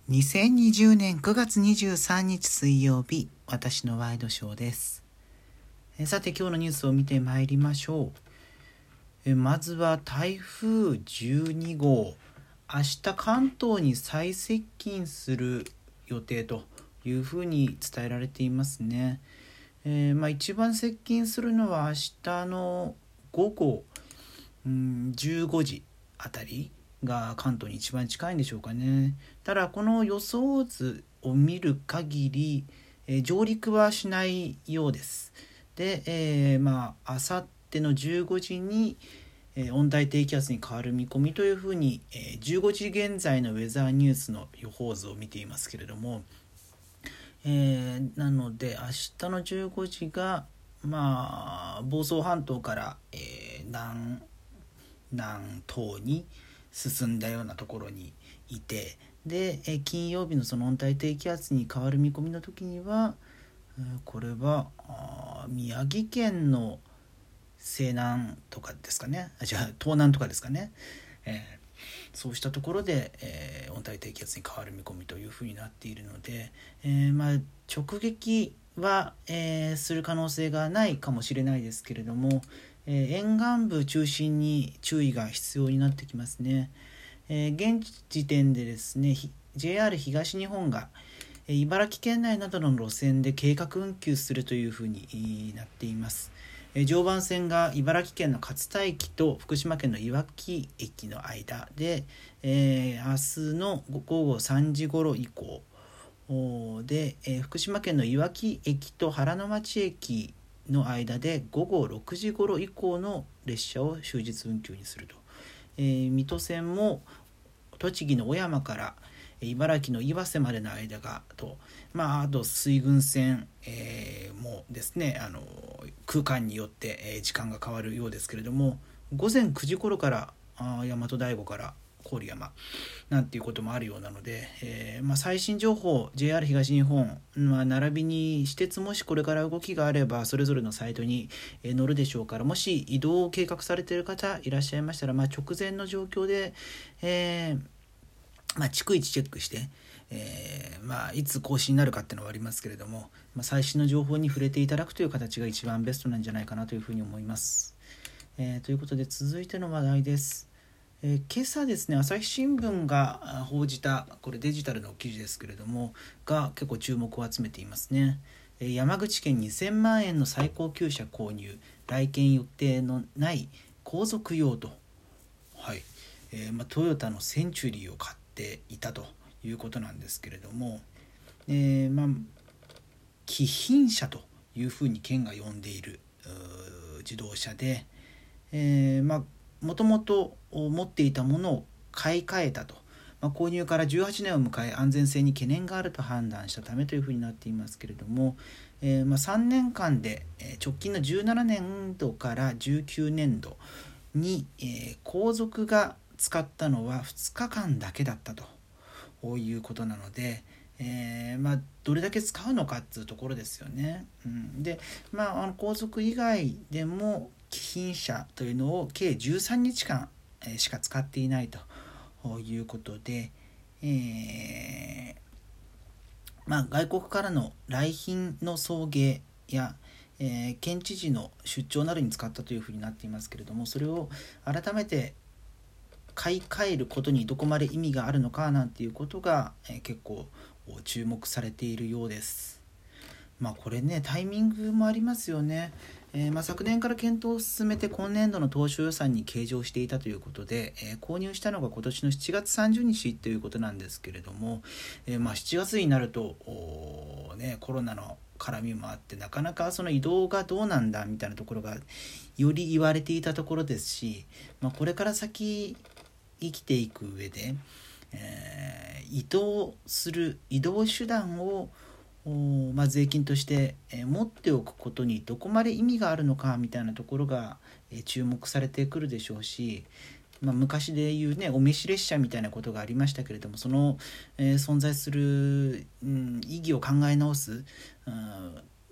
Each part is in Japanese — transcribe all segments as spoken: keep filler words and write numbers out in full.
にせんにじゅうねんくがつにじゅうさんにち水曜日、私のワイドショーです。えさて今日のニュースを見てまいりましょう。えまずは台風じゅうにごう、明日関東に最接近する予定というふうに伝えられていますね。えーまあ、一番接近するのは明日の午後、うん、じゅうごじあたりが関東に一番近いんでしょうかね。ただこの予想図を見る限り、えー、上陸はしないようです。で、えー、まあ明後日のじゅうごじに、えー、温帯低気圧に変わる見込みというふうに、えー、じゅうごじ現在のウェザーニュースの予報図を見ていますけれども、えー、なので明日のじゅうごじがまあ房総半島から、えー、南南東に進んだようなところにいて、で金曜日のその温帯低気圧に変わる見込みの時には、これは宮城県の西南とかですかね、あ、じゃあ東南とかですかね、えー、そうしたところで、えー、温帯低気圧に変わる見込みというふうになっているので、えーまあ、直撃は、えー、する可能性がないかもしれないですけれども、えー、沿岸部中心に注意が必要になってきますね。えー、現時点でですね ジェイアール 東日本が、えー、茨城県内などの路線で計画運休するというふうになっています。えー、常磐線が茨城県の勝田駅と福島県のいわき駅の間で、えー、明日の午後さんじ頃以降で、えー、福島県のいわき駅と原ノ町駅の間で午後ろくじ頃以降の列車を終日運休にすると、えー、水戸線も栃木の小山から茨城の岩瀬までの間がと、まあ、あと水郡線、えー、もですね、あの空間によって、えー、時間が変わるようですけれども、午前くじ頃からあ大和大吾から郡山なんていうこともあるようなので、えーまあ、最新情報 ジェイアール 東日本、まあ、並びに私鉄もしこれから動きがあればそれぞれのサイトに載るでしょうから、もし移動を計画されている方いらっしゃいましたら、まあ、直前の状況で、えーまあ、逐一チェックして、えーまあ、いつ更新になるかっていうのはありますけれども、まあ、最新の情報に触れていただくという形が一番ベストなんじゃないかなというふうに思います。えー、ということで続いての話題です。えー、今朝ですね、朝日新聞が報じた、これデジタルの記事ですけれどもが結構注目を集めていますね。えー、山口県にせんまんえんの最高級車購入、来県予定のない皇族用と、はい、えーまあ、トヨタのセンチュリーを買っていたということなんですけれども、えーまあ、貴賓車というふうに県が呼んでいる自動車で、えーまあもともと持っていたものを買い替えたと、まあ、購入からじゅうはちねんを迎え安全性に懸念があると判断したためというふうになっていますけれども、えーまあ、さんねんかんで直近のじゅうななねんどからじゅうきゅうねんどに、えー、皇族が使ったのはふつかかんだけだったということなので、えーまあ、どれだけ使うのかっていうところですよね。うん、で、まあ、あの皇族以外でも貴賓車というのを計じゅうさんにちかんしか使っていないということで、えーまあ、外国からの来賓の送迎や、えー、県知事の出張などに使ったというふうになっていますけれども、それを改めて買い替えることにどこまで意味があるのかなんていうことが、えー、結構注目されているようです。まあこれね、タイミングもありますよね。えーまあ、昨年から検討を進めて今年度の当初予算に計上していたということで、えー、購入したのが今年のしちがつさんじゅうにちということなんですけれども、えーまあ、しちがつになると、ね、コロナの絡みもあってなかなかその移動がどうなんだみたいなところがより言われていたところですし、まあ、これから先生きていく上で、えー、移動する移動手段をまあ、税金として、えー、持っておくことにどこまで意味があるのかみたいなところが、えー、注目されてくるでしょうし、まあ、昔でいうねお召し列車みたいなことがありましたけれども、その、えー、存在する、うん、意義を考え直す、うん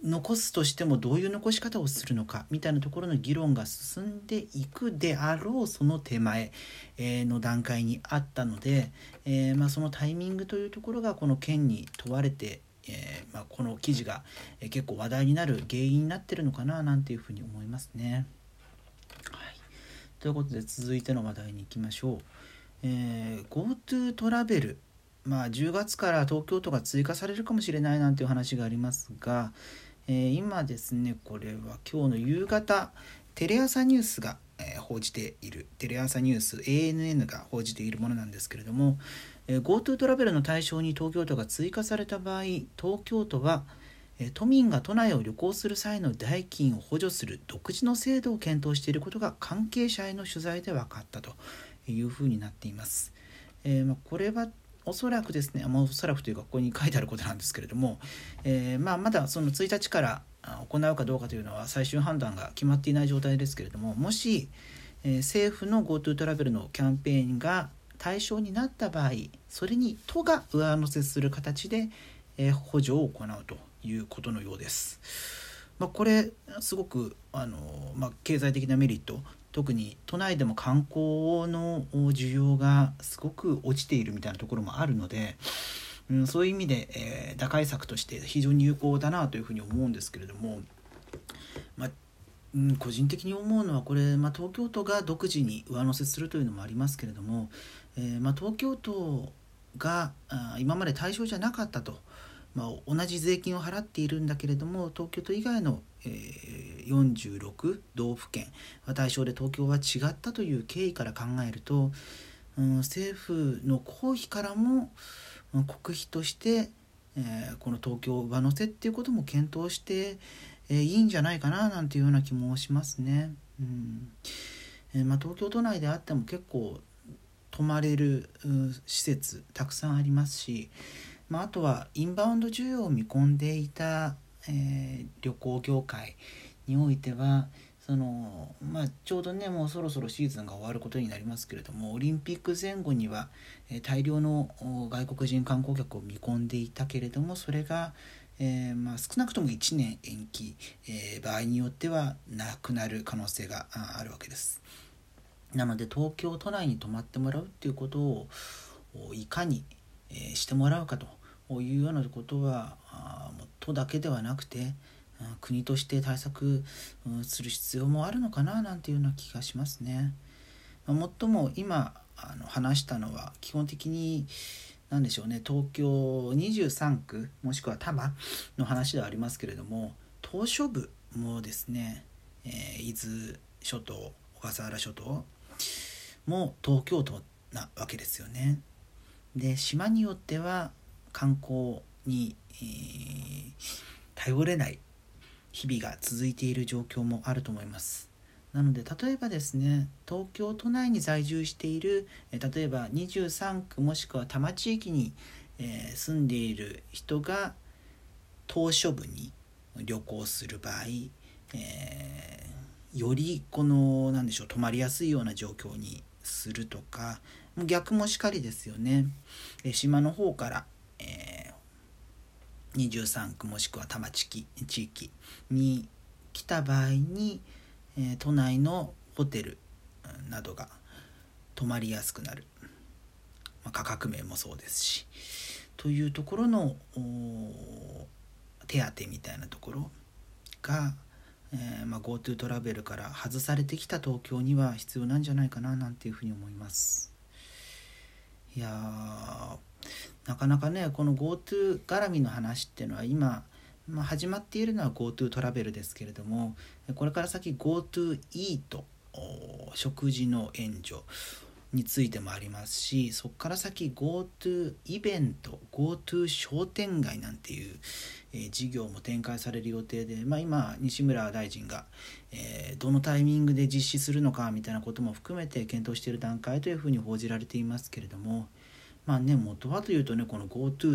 残すとしてもどういう残し方をするのかみたいなところの議論が進んでいくであろうその手前の段階にあったので、えーまあ、そのタイミングというところがこの件に問われて、えーまあ、この記事が結構話題になる原因になってるのかななんていうふうに思いますね。はい、ということで続いての話題に行きましょう。えー、GoTo トラベル、まあ、じゅうがつから東京都が追加されるかもしれないなんていう話がありますが、えー、今ですね、これは今日の夕方テレ朝ニュースが、えー、報じているテレ朝ニュース エーエヌエヌ が報じているものなんですけれども、えー、GoTo トラベルの対象に東京都が追加された場合、東京都は、えー、都民が都内を旅行する際の代金を補助する独自の制度を検討していることが関係者への取材で分かったというふうになっています。えーまあ、これはおそらくですね、まあ、おそらくというかここに書いてあることなんですけれども、えーまあ、まだそのついたちから行うかどうかというのは最終判断が決まっていない状態ですけれども、もし、えー、政府の GoTo トラベルのキャンペーンが対象になった場合、それに都が上乗せする形で、えー、補助を行うということのようです。まあ、これすごくあの、まあ、経済的なメリット、特に都内でも観光の需要がすごく落ちているみたいなところもあるので、うん、そういう意味で、えー、打開策として非常に有効だなというふうに思うんですけれども、まあうん、個人的に思うのはこれ、まあ、東京都が独自に上乗せするというのもありますけれども、えーまあ、東京都があ今まで対象じゃなかったと、まあ、同じ税金を払っているんだけれども東京都以外の、えー、よんじゅうろく道府県は対象で東京は違ったという経緯から考えると、うん、政府の公費からも、うん、国費として、えー、この東京上乗せっていうことも検討して、えー、いいんじゃないかななんていうような気もしますね。うんえーまあ、東京都内であっても結構泊まれる施設たくさんありますし、まあ、あとはインバウンド需要を見込んでいた、えー、旅行業界においてはその、まあ、ちょうどねもうそろそろシーズンが終わることになりますけれども、オリンピック前後には、えー、大量の外国人観光客を見込んでいたけれども、それが、えーまあ、少なくともいちねん延期、えー、場合によってはなくなる可能性があるわけです。なので東京都内に泊まってもらうっていうことをいかに、えー、してもらうかというようなことは都だけではなくて国として対策する必要もあるのかななんていうような気がしますね。もっとも今あの話したのは基本的に何でしょうね、東京にじゅうさんくもしくは多摩の話ではありますけれども、島しょ部もですね、えー、伊豆諸島小笠原諸島も東京都なわけですよね。で島によっては観光に、えー、頼れない日々が続いている状況もあると思います。なので例えばですね、東京都内に在住している例えばにじゅうさんくもしくは多摩地域に、えー、住んでいる人が島しょ部に旅行する場合、えー、よりこの何でしょう泊まりやすいような状況にするとか、逆もしかりですよね。島の方から、えー、にじゅうさんくもしくは多摩地域、地域に来た場合に、えー、都内のホテルなどが泊まりやすくなる、まあ、価格面もそうですしというところの手当みたいなところが、えーまあ、GoTo トラベルから外されてきた東京には必要なんじゃないかななんていうふうに思います。いやなかなかねこの GoTo 絡みの話っていうのは今、まあ、始まっているのは GoTo トラベルですけれども、これから先 GoTo イート食事の援助についてもありますし、そこから先 GoTo イベント GoTo 商店街なんていう、えー、事業も展開される予定で、まあ、今西村大臣が、えー、どのタイミングで実施するのかみたいなことも含めて検討している段階というふうに報じられていますけれども、まあね元はというとねこの GoTo って、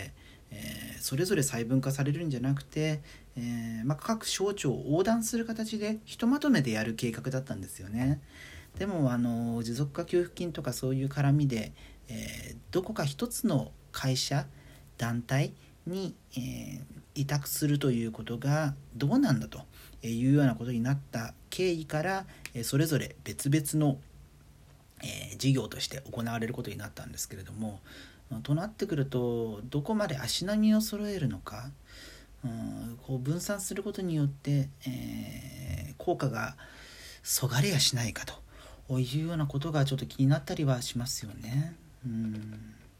えー、それぞれ細分化されるんじゃなくて、えーまあ、各省庁を横断する形でひとまとめでやる計画だったんですよね。でもあの持続化給付金とかそういう絡みで、えー、どこか一つの会社団体に、えー、委託するということがどうなんだというようなことになった経緯から、それぞれ別々の、えー、事業として行われることになったんですけれども、となってくるとどこまで足並みを揃えるのか、うん、こう分散することによって、えー、効果がそがれやしないかというようなことがちょっと気になったりはしますよね。うん、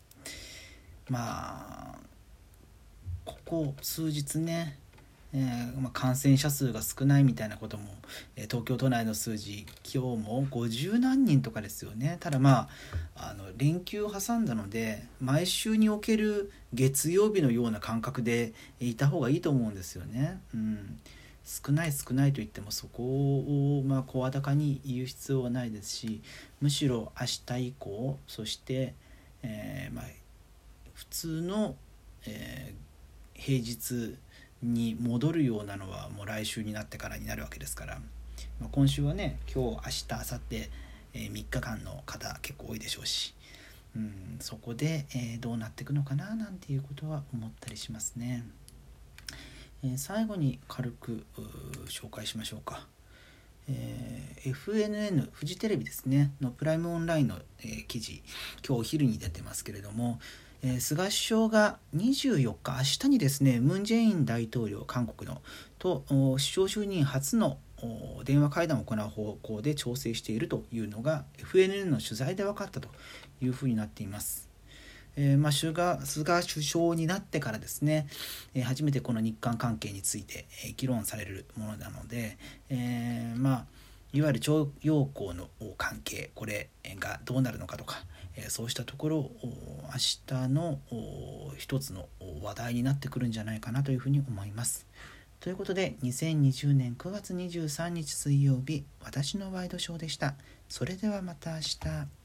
まあここ数日ね、えーまあ、感染者数が少ないみたいなことも、えー、東京都内の数字今日もごじゅうなんにんとかですよね。ただまあ、あの連休を挟んだので毎週における月曜日のような感覚でいた方がいいと思うんですよね。うん、少ない少ないといってもそこをまあ声高に言う必要はないですし、むしろ明日以降そして、えーまあ、普通の、えー平日に戻るようなのはもう来週になってからになるわけですから、まあ、今週はね今日明日明後日、えー、みっかかんの方結構多いでしょうし、うん、そこで、えー、どうなっていくのかななんていうことは思ったりしますね。えー、最後に軽く紹介しましょうか。えー、エフエヌエヌ フジテレビですねのプライムオンラインの、えー、記事今日お昼に出てますけれども、えー、菅首相がにじゅうよっか明日にですねムン・ジェイン大統領韓国のと首相就任初の電話会談を行う方向で調整しているというのが エフエヌエヌ の取材で分かったというふうになっています。えーまあ、菅, 菅首相になってからですね、えー、初めてこの日韓関係について、えー、議論されるものなので、えーまあ、いわゆる徴用工の関係これがどうなるのかとか、えー、そうしたところを明日の一つの話題になってくるんじゃないかなというふうに思います。ということでにせんにじゅうねんくがつにじゅうさんにち水曜日私のワイドショーでした。それではまた明日。